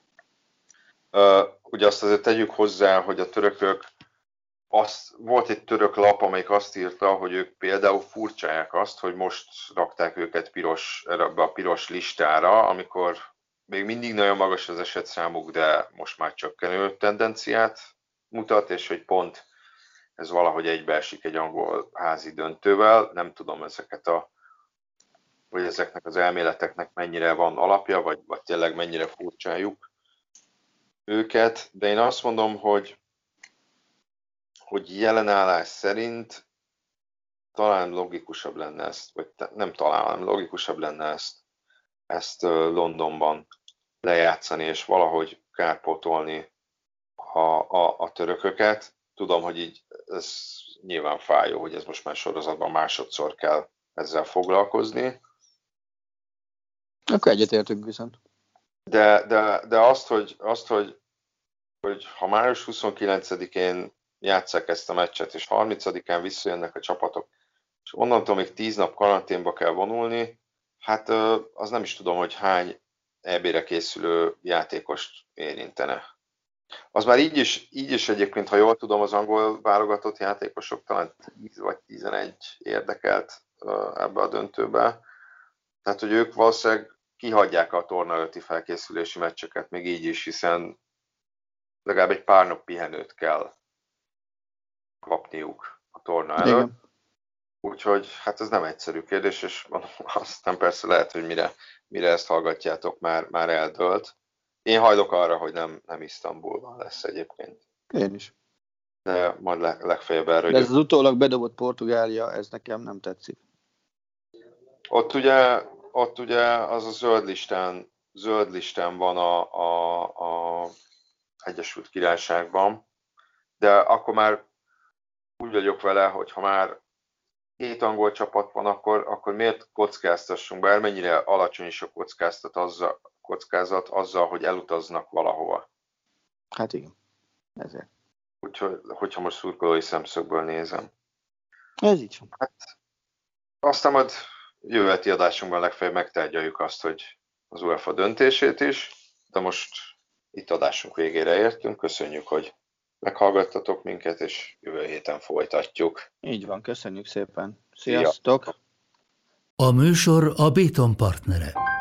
Ugye azt azért tegyük hozzá, hogy a törökök, volt egy török lap, amelyik azt írta, hogy ők például furcsálják azt, hogy most rakták őket ebbe a piros listára, amikor még mindig nagyon magas az esetszámuk, de most már csökkenő tendenciát mutat, és hogy pont ez valahogy egybeesik egy angol házi döntővel. Nem tudom hogy ezeknek az elméleteknek mennyire van alapja, vagy tényleg mennyire furcsáljuk őket, de én azt mondom, hogy jelenállás szerint talán logikusabb lenne ezt, vagy nem talán, hanem logikusabb lenne ezt Londonban lejátszani, és valahogy kárpótolni a törököket. Tudom, hogy így ez nyilván fájó, hogy ez most már sorozatban másodszor kell ezzel foglalkozni. Akkor egyetértünk viszont. De azt, hogy ha május 29-én játsszák ezt a meccset, és 30-án visszajönnek a csapatok, és onnantól még 10 nap karanténba kell vonulni, hát az nem is tudom, hogy hány EB-re készülő játékost érintene. Az már így is egyébként, ha jól tudom, az angol válogatott játékosok talán 10 vagy 11 érdekelt ebbe a döntőbe. Tehát, hogy ők valószínűleg kihagyják a torna előtti felkészülési meccseket, még így is, hiszen legalább egy pár nap pihenőt kell kapniuk a torna előtt. Igen. Úgyhogy hát ez nem egyszerű kérdés, és aztán persze lehet, hogy mire ezt hallgatjátok, már eldőlt. Én hajlok arra, hogy nem Isztambulban lesz egyébként. Én is. De majd legfeljebb erről. De ez az utólag bedobott Portugália, ez nekem nem tetszik. Ott ugye az a zöld listán van a Egyesült Királyságban, de akkor már úgy vagyok vele, hogy ha már 7 angol csapat van, akkor miért kockáztassunk, bármennyire alacsony is a kockázat azzal, hogy elutaznak valahova. Hát igen, ezért. Úgyhogy, hogyha most szurkolói szemszögből nézem. Ez így van. Hát, aztán majd jövő heti adásunkban legfeljebb megtárgyaljuk azt, hogy az UEFA döntését is, de most itt adásunk végére értünk. Köszönjük, hogy meghallgattatok minket, és jövő héten folytatjuk. Így van, köszönjük szépen. Sziasztok! A műsor a Béton partnere.